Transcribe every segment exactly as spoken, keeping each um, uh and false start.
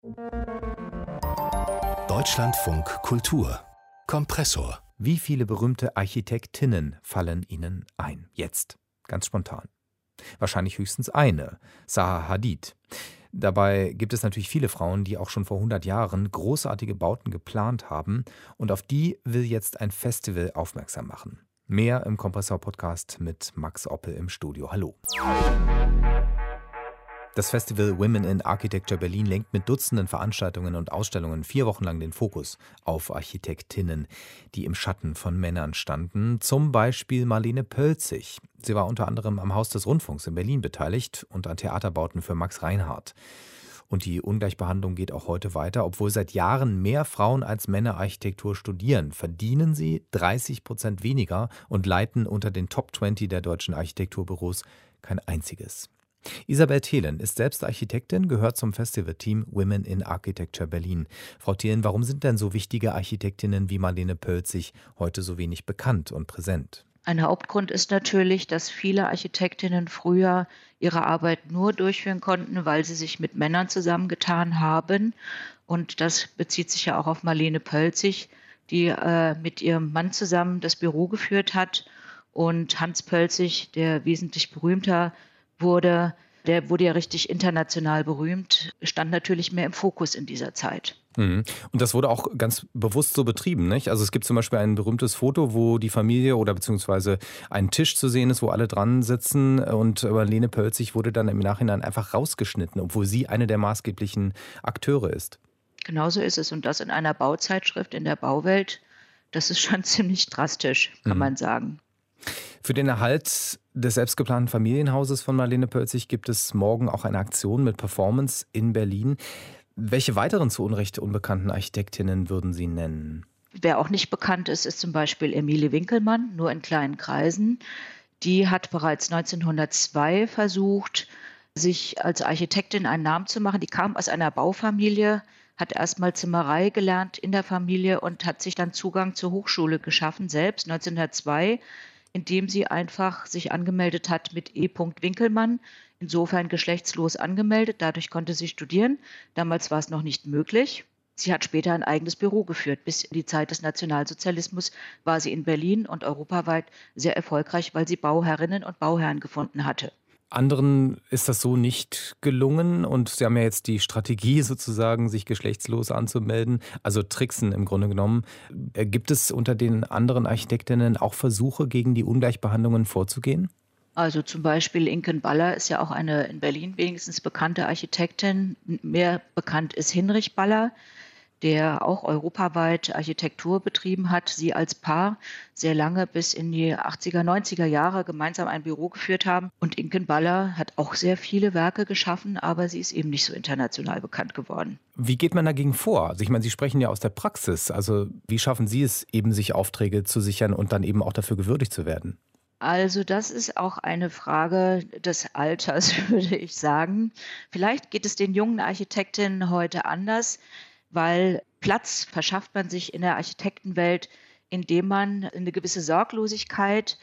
Deutschlandfunk Kultur Kompressor. Wie viele berühmte Architektinnen fallen Ihnen ein? Jetzt. Ganz spontan. Wahrscheinlich höchstens eine. Zaha Hadid. Dabei gibt es natürlich viele Frauen, die auch schon vor hundert Jahren großartige Bauten geplant haben. Und auf die will jetzt ein Festival aufmerksam machen. Mehr im Kompressor-Podcast mit Max Oppel im Studio. Hallo. Das Festival Women in Architecture Berlin lenkt mit Dutzenden Veranstaltungen und Ausstellungen vier Wochen lang den Fokus auf Architektinnen, die im Schatten von Männern standen. Zum Beispiel Marlene Pölzig. Sie war unter anderem am Haus des Rundfunks in Berlin beteiligt und an Theaterbauten für Max Reinhardt. Und die Ungleichbehandlung geht auch heute weiter. Obwohl seit Jahren mehr Frauen als Männer Architektur studieren, verdienen sie dreißig Prozent weniger und leiten unter den Top zwanzig der deutschen Architekturbüros kein einziges. Isabel Thelen ist selbst Architektin, gehört zum Festivalteam Women in Architecture Berlin. Frau Thelen, warum sind denn so wichtige Architektinnen wie Marlene Pölzig heute so wenig bekannt und präsent? Ein Hauptgrund ist natürlich, dass viele Architektinnen früher ihre Arbeit nur durchführen konnten, weil sie sich mit Männern zusammengetan haben. Und das bezieht sich ja auch auf Marlene Pölzig, die äh, mit ihrem Mann zusammen das Büro geführt hat. Und Hans Pölzig, der wesentlich berühmter wurde, der wurde ja richtig international berühmt, stand natürlich mehr im Fokus in dieser Zeit. Mhm. Und das wurde auch ganz bewusst so betrieben, nicht? Also es gibt zum Beispiel ein berühmtes Foto, wo die Familie oder beziehungsweise ein Tisch zu sehen ist, wo alle dran sitzen, und Marlene Pölzig wurde dann im Nachhinein einfach rausgeschnitten, obwohl sie eine der maßgeblichen Akteure ist. Genauso ist es, und das in einer Bauzeitschrift in der Bauwelt, das ist schon ziemlich drastisch, kann mhm. man sagen. Für den Erhalt des selbstgeplanten Familienhauses von Marlene Pölzig gibt es morgen auch eine Aktion mit Performance in Berlin. Welche weiteren zu Unrecht unbekannten Architektinnen würden Sie nennen? Wer auch nicht bekannt ist, ist zum Beispiel Emilie Winkelmann, nur in kleinen Kreisen. Die hat bereits neunzehnhundertzwei versucht, sich als Architektin einen Namen zu machen. Die kam aus einer Baufamilie, hat erstmal Zimmerei gelernt in der Familie und hat sich dann Zugang zur Hochschule geschaffen, selbst neunzehnhundertzwei, indem sie einfach sich angemeldet hat mit E. Winkelmann, insofern geschlechtslos angemeldet. Dadurch konnte sie studieren. Damals war es noch nicht möglich. Sie hat später ein eigenes Büro geführt. Bis in die Zeit des Nationalsozialismus war sie in Berlin und europaweit sehr erfolgreich, weil sie Bauherrinnen und Bauherren gefunden hatte. Anderen ist das so nicht gelungen und Sie haben ja jetzt die Strategie sozusagen, sich geschlechtslos anzumelden, also tricksen im Grunde genommen. Gibt es unter den anderen Architektinnen auch Versuche, gegen die Ungleichbehandlungen vorzugehen? Also zum Beispiel Inken Baller ist ja auch eine in Berlin wenigstens bekannte Architektin. Mehr bekannt ist Hinrich Baller, der auch europaweit Architektur betrieben hat. Sie als Paar sehr lange bis in die achtziger, neunziger Jahre gemeinsam ein Büro geführt haben. Und Inken Baller hat auch sehr viele Werke geschaffen, aber sie ist eben nicht so international bekannt geworden. Wie geht man dagegen vor? Also ich meine, Sie sprechen ja aus der Praxis. Also wie schaffen Sie es eben, sich Aufträge zu sichern und dann eben auch dafür gewürdigt zu werden? Also das ist auch eine Frage des Alters, würde ich sagen. Vielleicht geht es den jungen Architektinnen heute anders, weil Platz verschafft man sich in der Architektenwelt, indem man eine gewisse Sorglosigkeit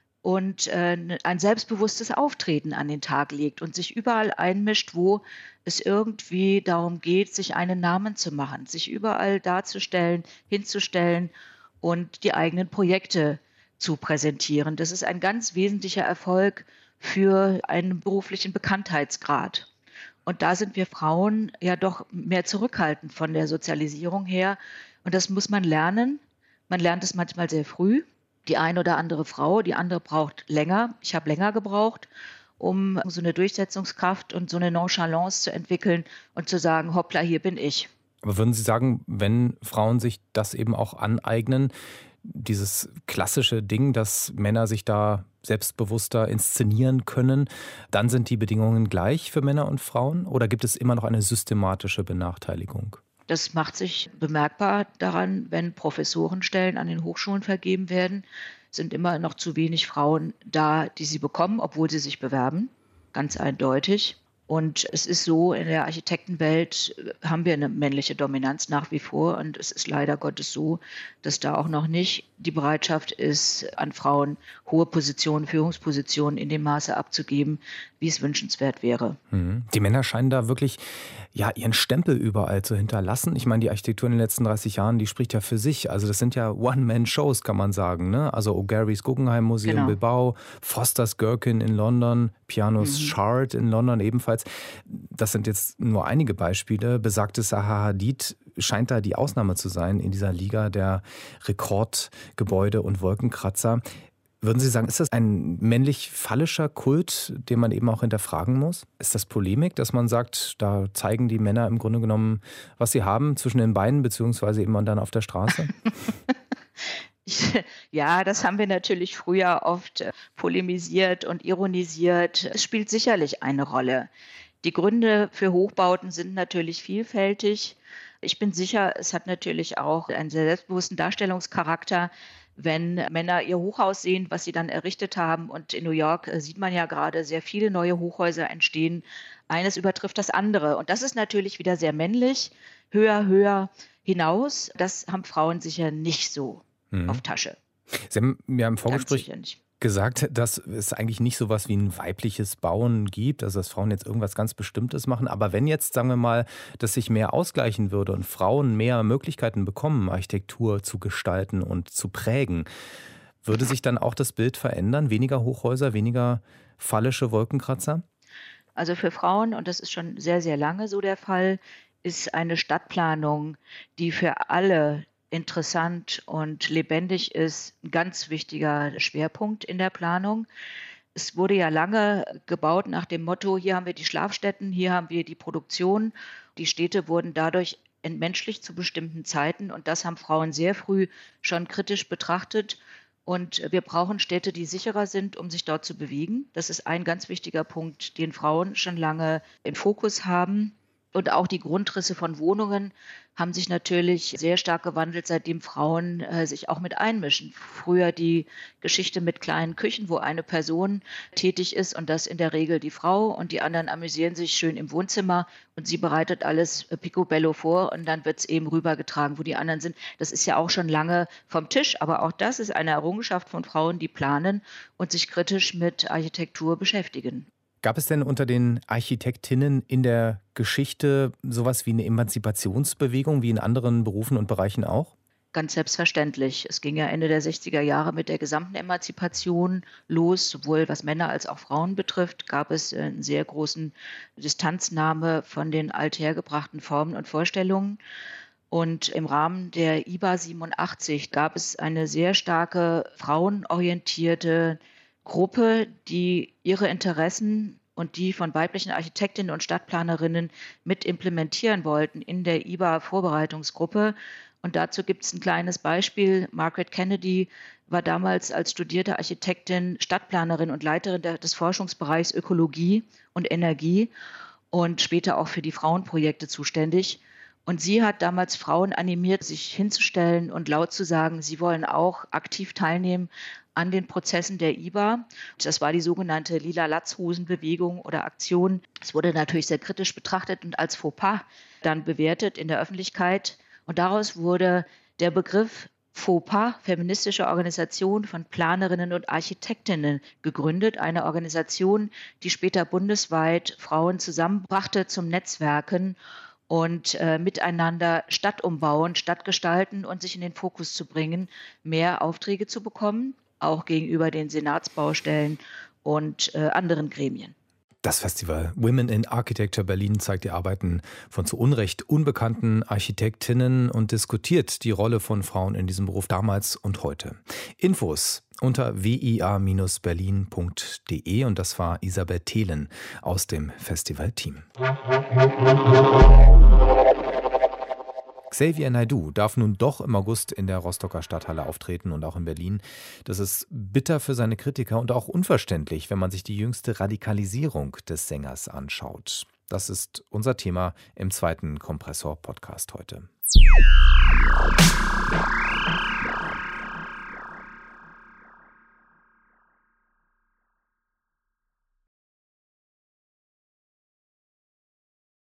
und äh, ein selbstbewusstes Auftreten an den Tag legt und sich überall einmischt, wo es irgendwie darum geht, sich einen Namen zu machen, sich überall darzustellen, hinzustellen und die eigenen Projekte zu präsentieren. Das ist ein ganz wesentlicher Erfolg für einen beruflichen Bekanntheitsgrad. Und da sind wir Frauen ja doch mehr zurückhaltend von der Sozialisierung her. Und das muss man lernen. Man lernt es manchmal sehr früh. Die eine oder andere Frau, die andere braucht länger. Ich habe länger gebraucht, um so eine Durchsetzungskraft und so eine Nonchalance zu entwickeln und zu sagen, hoppla, hier bin ich. Aber würden Sie sagen, wenn Frauen sich das eben auch aneignen, dieses klassische Ding, dass Männer sich da selbstbewusster inszenieren können, dann sind die Bedingungen gleich für Männer und Frauen? Oder gibt es immer noch eine systematische Benachteiligung? Das macht sich bemerkbar daran, wenn Professorenstellen an den Hochschulen vergeben werden, sind immer noch zu wenig Frauen da, die sie bekommen, obwohl sie sich bewerben. Ganz eindeutig. Und es ist so, in der Architektenwelt haben wir eine männliche Dominanz nach wie vor. Und es ist leider Gottes so, dass da auch noch nicht die Bereitschaft ist, an Frauen hohe Positionen, Führungspositionen in dem Maße abzugeben, wie es wünschenswert wäre. Die Männer scheinen da wirklich ja, ihren Stempel überall zu hinterlassen. Ich meine, die Architektur in den letzten dreißig Jahren, die spricht ja für sich. Also das sind ja One-Man-Shows, kann man sagen. Ne? Also O'Garry's Guggenheim Museum Genau. Bilbao, Foster's Gherkin in London, Pianos Mhm. Shard in London ebenfalls. Das sind jetzt nur einige Beispiele. Besagte Zaha Hadid scheint da die Ausnahme zu sein in dieser Liga der Rekordgebäude und Wolkenkratzer. Würden Sie sagen, ist das ein männlich-phallischer Kult, den man eben auch hinterfragen muss? Ist das Polemik, dass man sagt, da zeigen die Männer im Grunde genommen, was sie haben zwischen den Beinen, beziehungsweise eben dann auf der Straße? Ja, das haben wir natürlich früher oft äh, polemisiert und ironisiert. Es spielt sicherlich eine Rolle. Die Gründe für Hochbauten sind natürlich vielfältig. Ich bin sicher, es hat natürlich auch einen sehr selbstbewussten Darstellungscharakter, wenn Männer ihr Hochhaus sehen, was sie dann errichtet haben. Und in New York äh, sieht man ja gerade sehr viele neue Hochhäuser entstehen. Eines übertrifft das andere. Und das ist natürlich wieder sehr männlich, höher, höher hinaus. Das haben Frauen sicher nicht so Mhm. auf Tasche. Sie haben mir im Ganz Vorgespräch sicher nicht. gesagt, dass es eigentlich nicht so was wie ein weibliches Bauen gibt, also dass Frauen jetzt irgendwas ganz Bestimmtes machen. Aber wenn jetzt, sagen wir mal, das sich mehr ausgleichen würde und Frauen mehr Möglichkeiten bekommen, Architektur zu gestalten und zu prägen, würde sich dann auch das Bild verändern? Weniger Hochhäuser, weniger phallische Wolkenkratzer? Also für Frauen, und das ist schon sehr, sehr lange so der Fall, ist eine Stadtplanung, die für alle interessant und lebendig ist, ein ganz wichtiger Schwerpunkt in der Planung. Es wurde ja lange gebaut nach dem Motto, hier haben wir die Schlafstätten, hier haben wir die Produktion. Die Städte wurden dadurch entmenschlicht zu bestimmten Zeiten und das haben Frauen sehr früh schon kritisch betrachtet. Und wir brauchen Städte, die sicherer sind, um sich dort zu bewegen. Das ist ein ganz wichtiger Punkt, den Frauen schon lange im Fokus haben. Und auch die Grundrisse von Wohnungen haben sich natürlich sehr stark gewandelt, seitdem Frauen äh, sich auch mit einmischen. Früher die Geschichte mit kleinen Küchen, wo eine Person tätig ist und das in der Regel die Frau und die anderen amüsieren sich schön im Wohnzimmer und sie bereitet alles äh, picobello vor und dann wird es eben rübergetragen, wo die anderen sind. Das ist ja auch schon lange vom Tisch, aber auch das ist eine Errungenschaft von Frauen, die planen und sich kritisch mit Architektur beschäftigen. Gab es denn unter den Architektinnen in der Geschichte sowas wie eine Emanzipationsbewegung, wie in anderen Berufen und Bereichen auch? Ganz selbstverständlich. Es ging ja Ende der sechziger Jahre mit der gesamten Emanzipation los, sowohl was Männer als auch Frauen betrifft, gab es einen sehr großen Distanznahme von den althergebrachten Formen und Vorstellungen. Und im Rahmen der I B A siebenundachtzig gab es eine sehr starke frauenorientierte Gruppe, die ihre Interessen und die von weiblichen Architektinnen und Stadtplanerinnen mit implementieren wollten in der I B A-Vorbereitungsgruppe. Und dazu gibt es ein kleines Beispiel. Margaret Kennedy war damals als studierte Architektin Stadtplanerin und Leiterin des Forschungsbereichs Ökologie und Energie und später auch für die Frauenprojekte zuständig. Und sie hat damals Frauen animiert, sich hinzustellen und laut zu sagen, sie wollen auch aktiv teilnehmen an den Prozessen der I B A. Das war die sogenannte Lila-Latzhosen-Bewegung oder Aktion. Es wurde natürlich sehr kritisch betrachtet und als Fauxpas dann bewertet in der Öffentlichkeit. Und daraus wurde der Begriff Fauxpas, feministische Organisation von Planerinnen und Architektinnen, gegründet. Eine Organisation, die später bundesweit Frauen zusammenbrachte zum Netzwerken und äh, miteinander Stadt umbauen, Stadt gestalten und sich in den Fokus zu bringen, mehr Aufträge zu bekommen, auch gegenüber den Senatsbaustellen und äh, anderen Gremien. Das Festival Women in Architecture Berlin zeigt die Arbeiten von zu Unrecht unbekannten Architektinnen und diskutiert die Rolle von Frauen in diesem Beruf damals und heute. Infos unter w i a Bindestrich berlin punkt d e und das war Isabel Thelen aus dem Festivalteam. Xavier Naidoo darf nun doch im August in der Rostocker Stadthalle auftreten und auch in Berlin. Das ist bitter für seine Kritiker und auch unverständlich, wenn man sich die jüngste Radikalisierung des Sängers anschaut. Das ist unser Thema im zweiten Kompressor-Podcast heute.